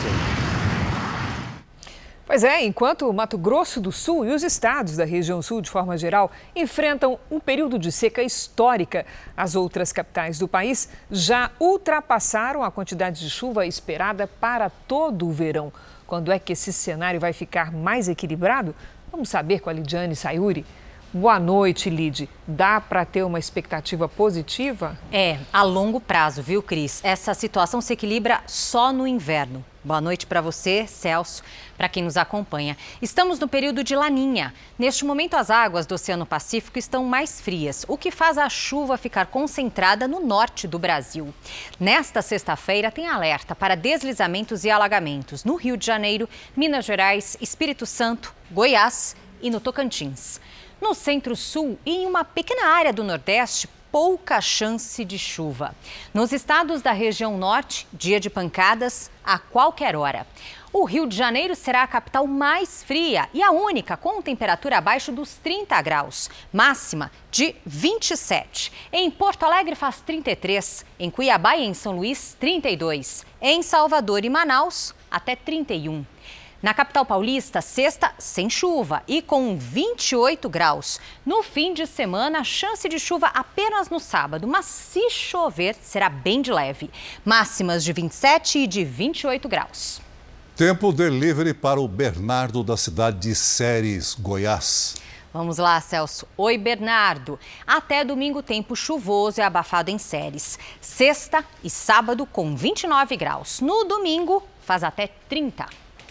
Pois é, enquanto o Mato Grosso do Sul e os estados da região sul, de forma geral, enfrentam um período de seca histórica, as outras capitais do país já ultrapassaram a quantidade de chuva esperada para todo o verão. Quando é que esse cenário vai ficar mais equilibrado? Vamos saber com a Lidiane Sayuri. Boa noite, Lid. Dá para ter uma expectativa positiva? É, a longo prazo, viu, Cris? Essa situação se equilibra só no inverno. Boa noite para você, Celso, para quem nos acompanha. Estamos no período de Laninha. Neste momento, as águas do Oceano Pacífico estão mais frias, o que faz a chuva ficar concentrada no norte do Brasil. Nesta sexta-feira, tem alerta para deslizamentos e alagamentos no Rio de Janeiro, Minas Gerais, Espírito Santo, Goiás e no Tocantins. No Centro-Sul e em uma pequena área do Nordeste, pouca chance de chuva. Nos estados da região norte, dia de pancadas a qualquer hora. O Rio de Janeiro será a capital mais fria e a única com temperatura abaixo dos 30 graus, máxima de 27. Em Porto Alegre faz 33, em Cuiabá e em São Luís, 32. Em Salvador e Manaus, até 31. Na capital paulista, sexta sem chuva e com 28 graus. No fim de semana, chance de chuva apenas no sábado, mas se chover, será bem de leve. Máximas de 27 e de 28 graus. Tempo delivery para o Bernardo da cidade de Séries, Goiás. Vamos lá, Celso. Oi, Bernardo. Até domingo, tempo chuvoso e abafado em Séries. Sexta e sábado com 29 graus. No domingo, faz até 30.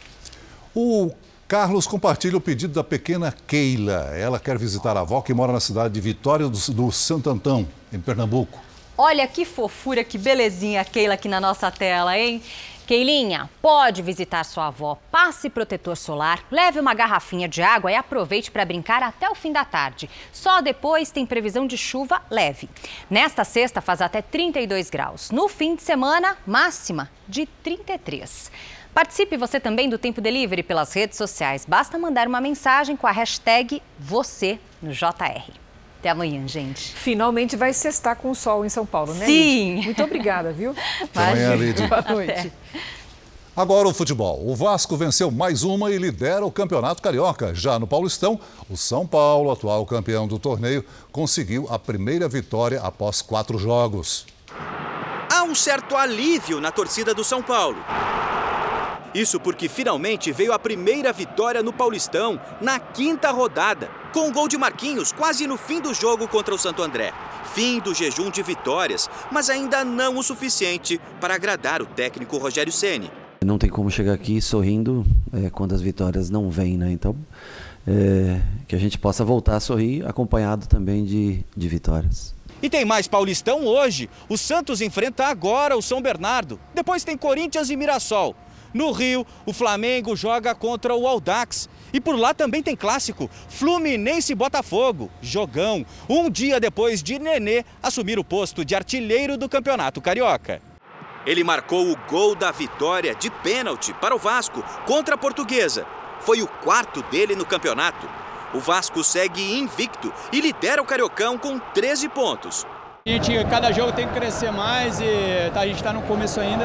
O Carlos compartilha o pedido da pequena Keila. Ela quer visitar a avó que mora na cidade de Vitória do Santo Antão, em Pernambuco. Olha que fofura, que belezinha a Keila aqui na nossa tela, hein? Keilinha, pode visitar sua avó, passe protetor solar, leve uma garrafinha de água e aproveite para brincar até o fim da tarde. Só depois tem previsão de chuva leve. Nesta sexta faz até 32 graus. No fim de semana, máxima de 33. Participe você também do Tempo Delivery pelas redes sociais. Basta mandar uma mensagem com a hashtag você no JR. Até amanhã, gente. Finalmente vai sextar com o sol em São Paulo, né, Sim. Lid? Muito obrigada, viu? Até amanhã, Lid. Boa noite. Até. Agora o futebol. O Vasco venceu mais uma e lidera o Campeonato Carioca. Já no Paulistão, o São Paulo, atual campeão do torneio, conseguiu a primeira vitória após 4 jogos. Há um certo alívio na torcida do São Paulo. Isso porque finalmente veio a primeira vitória no Paulistão, na 5ª rodada, com o gol de Marquinhos quase no fim do jogo contra o Santo André. Fim do jejum de vitórias, mas ainda não o suficiente para agradar o técnico Rogério Ceni. Não tem como chegar aqui sorrindo quando as vitórias não vêm, né? Então, que a gente possa voltar a sorrir acompanhado também de vitórias. E tem mais Paulistão hoje. O Santos enfrenta agora o São Bernardo. Depois tem Corinthians e Mirassol. No Rio, o Flamengo joga contra o Audax. E por lá também tem clássico, Fluminense e Botafogo. Jogão, um dia depois de Nenê assumir o posto de artilheiro do Campeonato Carioca. Ele marcou o gol da vitória de pênalti para o Vasco contra a Portuguesa. Foi o 4º dele no campeonato. O Vasco segue invicto e lidera o Cariocão com 13 pontos. Cada jogo tem que crescer mais e a gente está no começo ainda.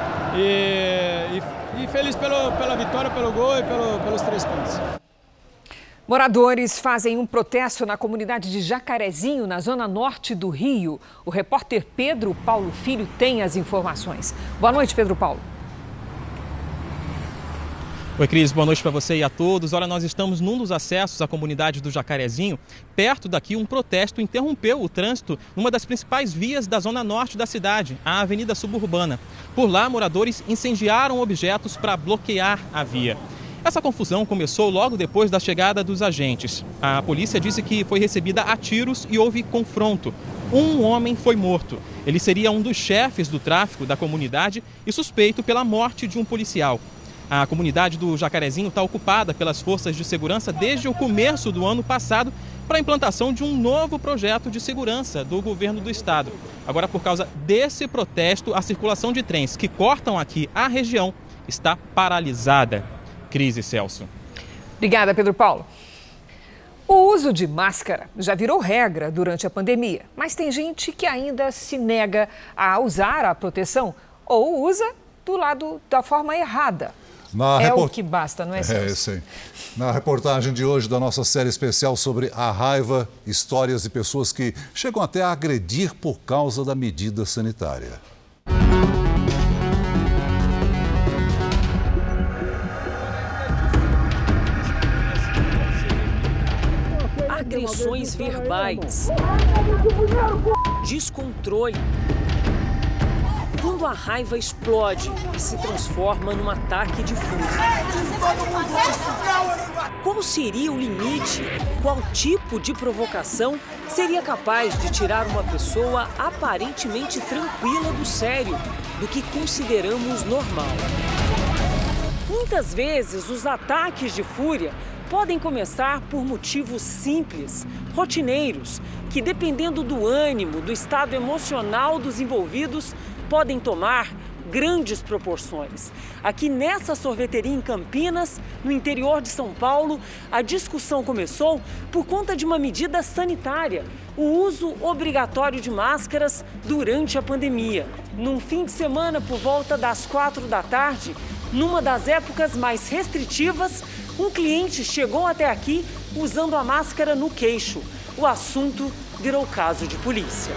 E feliz pela vitória, pelo gol e pelos 3 pontos. Moradores fazem um protesto na comunidade de Jacarezinho, na zona norte do Rio. O repórter Pedro Paulo Filho tem as informações. Boa noite, Pedro Paulo. Oi, Cris, boa noite para você e a todos. Olha, nós estamos num dos acessos à comunidade do Jacarezinho. Perto daqui, um protesto interrompeu o trânsito numa das principais vias da zona norte da cidade, a Avenida Suburbana. Por lá, moradores incendiaram objetos para bloquear a via. Essa confusão começou logo depois da chegada dos agentes. A polícia disse que foi recebida a tiros e houve confronto. Um homem foi morto. Ele seria um dos chefes do tráfico da comunidade e suspeito pela morte de um policial. A comunidade do Jacarezinho está ocupada pelas forças de segurança desde o começo do ano passado para a implantação de um novo projeto de segurança do governo do estado. Agora, por causa desse protesto, a circulação de trens que cortam aqui a região está paralisada. Cris e Celso. Obrigada, Pedro Paulo. O uso de máscara já virou regra durante a pandemia, mas tem gente que ainda se nega a usar a proteção ou usa da forma errada. O que basta, não é, Celso? Sim. Na reportagem de hoje da nossa série especial sobre a raiva, histórias de pessoas que chegam até a agredir por causa da medida sanitária. Agressões verbais, descontrole. Quando a raiva explode e se transforma num ataque de fúria. Qual seria o limite? Qual tipo de provocação seria capaz de tirar uma pessoa aparentemente tranquila do sério, do que consideramos normal? Muitas vezes, os ataques de fúria podem começar por motivos simples, rotineiros, que dependendo do ânimo, do estado emocional dos envolvidos, podem tomar grandes proporções. Aqui nessa sorveteria em Campinas, no interior de São Paulo, a discussão começou por conta de uma medida sanitária, o uso obrigatório de máscaras durante a pandemia. Num fim de semana, por volta das 4 da tarde, numa das épocas mais restritivas, um cliente chegou até aqui usando a máscara no queixo. O assunto virou caso de polícia.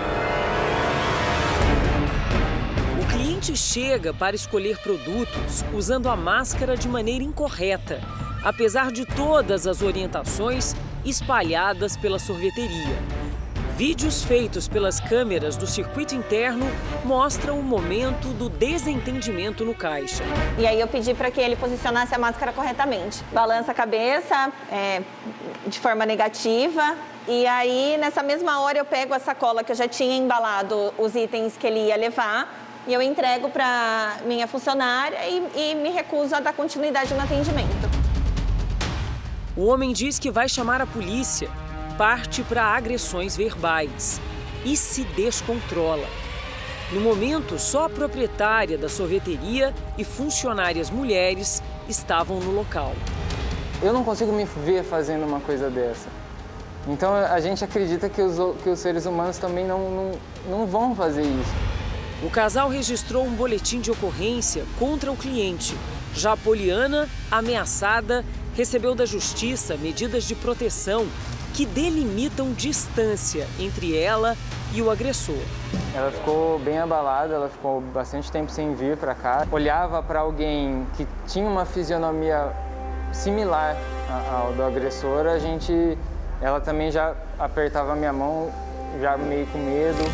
O cliente chega para escolher produtos usando a máscara de maneira incorreta, apesar de todas as orientações espalhadas pela sorveteria. Vídeos feitos pelas câmeras do circuito interno mostram o momento do desentendimento no caixa. E aí eu pedi para que ele posicionasse a máscara corretamente. Balança a cabeça de forma negativa. E aí, nessa mesma hora, eu pego a sacola que eu já tinha embalado os itens que ele ia levar e eu entrego para minha funcionária e me recuso a dar continuidade no atendimento. O homem diz que vai chamar a polícia, parte para agressões verbais e se descontrola. No momento, só a proprietária da sorveteria e funcionárias mulheres estavam no local. Eu não consigo me ver fazendo uma coisa dessa. Então a gente acredita que os seres humanos também não vão fazer isso. O casal registrou um boletim de ocorrência contra o cliente. Já a Poliana, ameaçada, recebeu da justiça medidas de proteção que delimitam distância entre ela e o agressor. Ela ficou bem abalada, ela ficou bastante tempo sem vir para cá. Olhava para alguém que tinha uma fisionomia similar ao do agressor, ela também já apertava a minha mão, já meio com medo.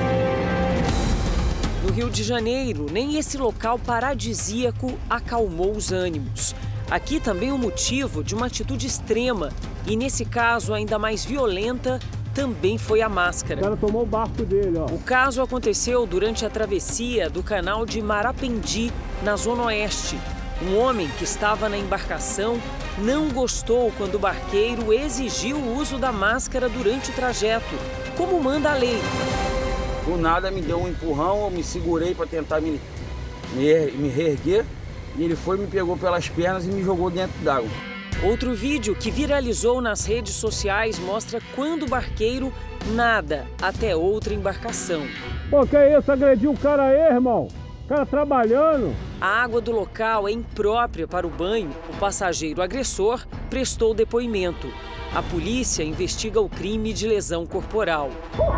No Rio de Janeiro, nem esse local paradisíaco acalmou os ânimos. Aqui também o motivo de uma atitude extrema e, nesse caso, ainda mais violenta, também foi a máscara. O cara tomou o barco dele, ó. O caso aconteceu durante a travessia do canal de Marapendi, na Zona Oeste. Um homem que estava na embarcação não gostou quando o barqueiro exigiu o uso da máscara durante o trajeto, como manda a lei. Do nada me deu um empurrão, eu me segurei para tentar me reerguer e ele foi, me pegou pelas pernas e me jogou dentro d'água. Outro vídeo que viralizou nas redes sociais mostra quando o barqueiro nada até outra embarcação. Pô, que é isso? Agrediu o cara aí, irmão? O cara trabalhando. A água do local é imprópria para o banho. O passageiro agressor prestou depoimento. A polícia investiga o crime de lesão corporal.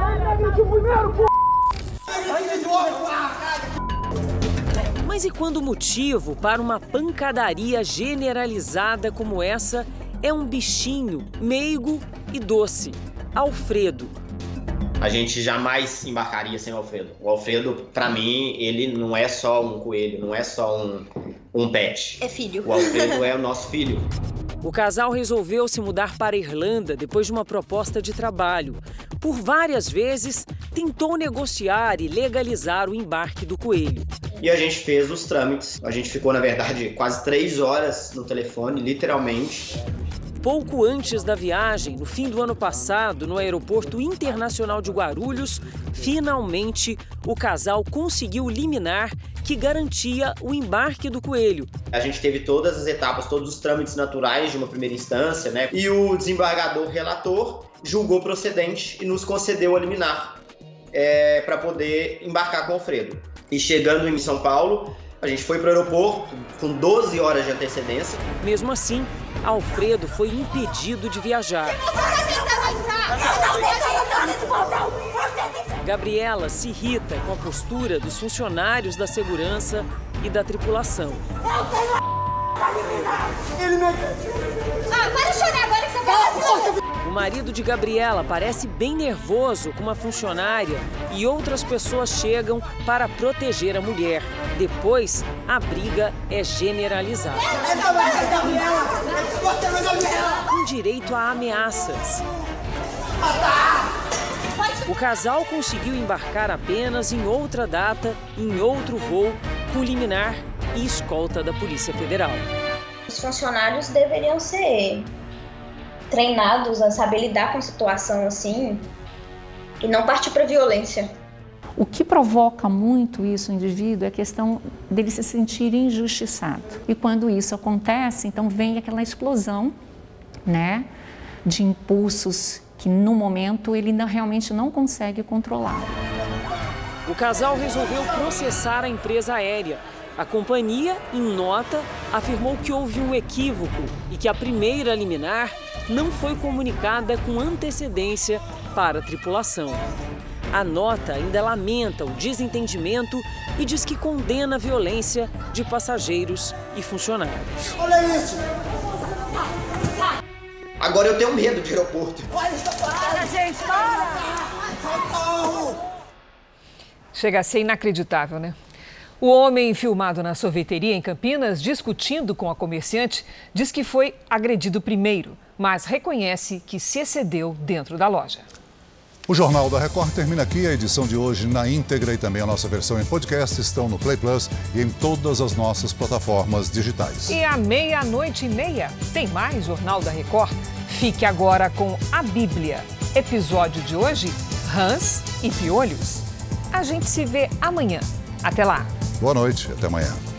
Mas e quando o motivo para uma pancadaria generalizada como essa é um bichinho meigo e doce? Alfredo. A gente jamais embarcaria sem o Alfredo. O Alfredo, pra mim, ele não é só um coelho, não é só um pet. É filho. O Alfredo é o nosso filho. O casal resolveu se mudar para a Irlanda depois de uma proposta de trabalho. Por várias vezes, tentou negociar e legalizar o embarque do coelho. E a gente fez os trâmites. A gente ficou, na verdade, quase 3 horas no telefone, literalmente. Pouco antes da viagem, no fim do ano passado, no Aeroporto Internacional de Guarulhos, finalmente o casal conseguiu liminar que garantia o embarque do coelho. A gente teve todas as etapas, todos os trâmites naturais de uma primeira instância, né? E o desembargador relator julgou procedente e nos concedeu a liminar para poder embarcar com o Alfredo. E chegando em São Paulo, a gente foi para o aeroporto com 12 horas de antecedência. Mesmo assim, Alfredo foi impedido de viajar. Gabriela se irrita com a postura dos funcionários da segurança e da tripulação. Para de chorar agora que você vai. O marido de Gabriela parece bem nervoso com uma funcionária e outras pessoas chegam para proteger a mulher. Depois, a briga é generalizada. Com direito a ameaças. O casal conseguiu embarcar apenas em outra data, em outro voo, com liminar e escolta da Polícia Federal. Os funcionários deveriam ser treinados a saber lidar com a situação assim e não partir para a violência. O que provoca muito isso no indivíduo é a questão dele se sentir injustiçado. E quando isso acontece, então vem aquela explosão, né, de impulsos que no momento ele realmente não consegue controlar. O casal resolveu processar a empresa aérea. A companhia, em nota, afirmou que houve um equívoco e que a primeira liminar não foi comunicada com antecedência para a tripulação. A nota ainda lamenta o desentendimento e diz que condena a violência de passageiros e funcionários. Olha isso! Agora eu tenho medo de aeroporto. Para, gente, para! Chega a ser inacreditável, né? O homem filmado na sorveteria em Campinas, discutindo com a comerciante, diz que foi agredido primeiro, mas reconhece que se excedeu dentro da loja. O Jornal da Record termina aqui. A edição de hoje na íntegra e também a nossa versão em podcast estão no Play Plus e em todas as nossas plataformas digitais. E à 00:30 tem mais Jornal da Record. Fique agora com a Bíblia. Episódio de hoje, Rãs e Piolhos. A gente se vê amanhã. Até lá. Boa noite, até amanhã.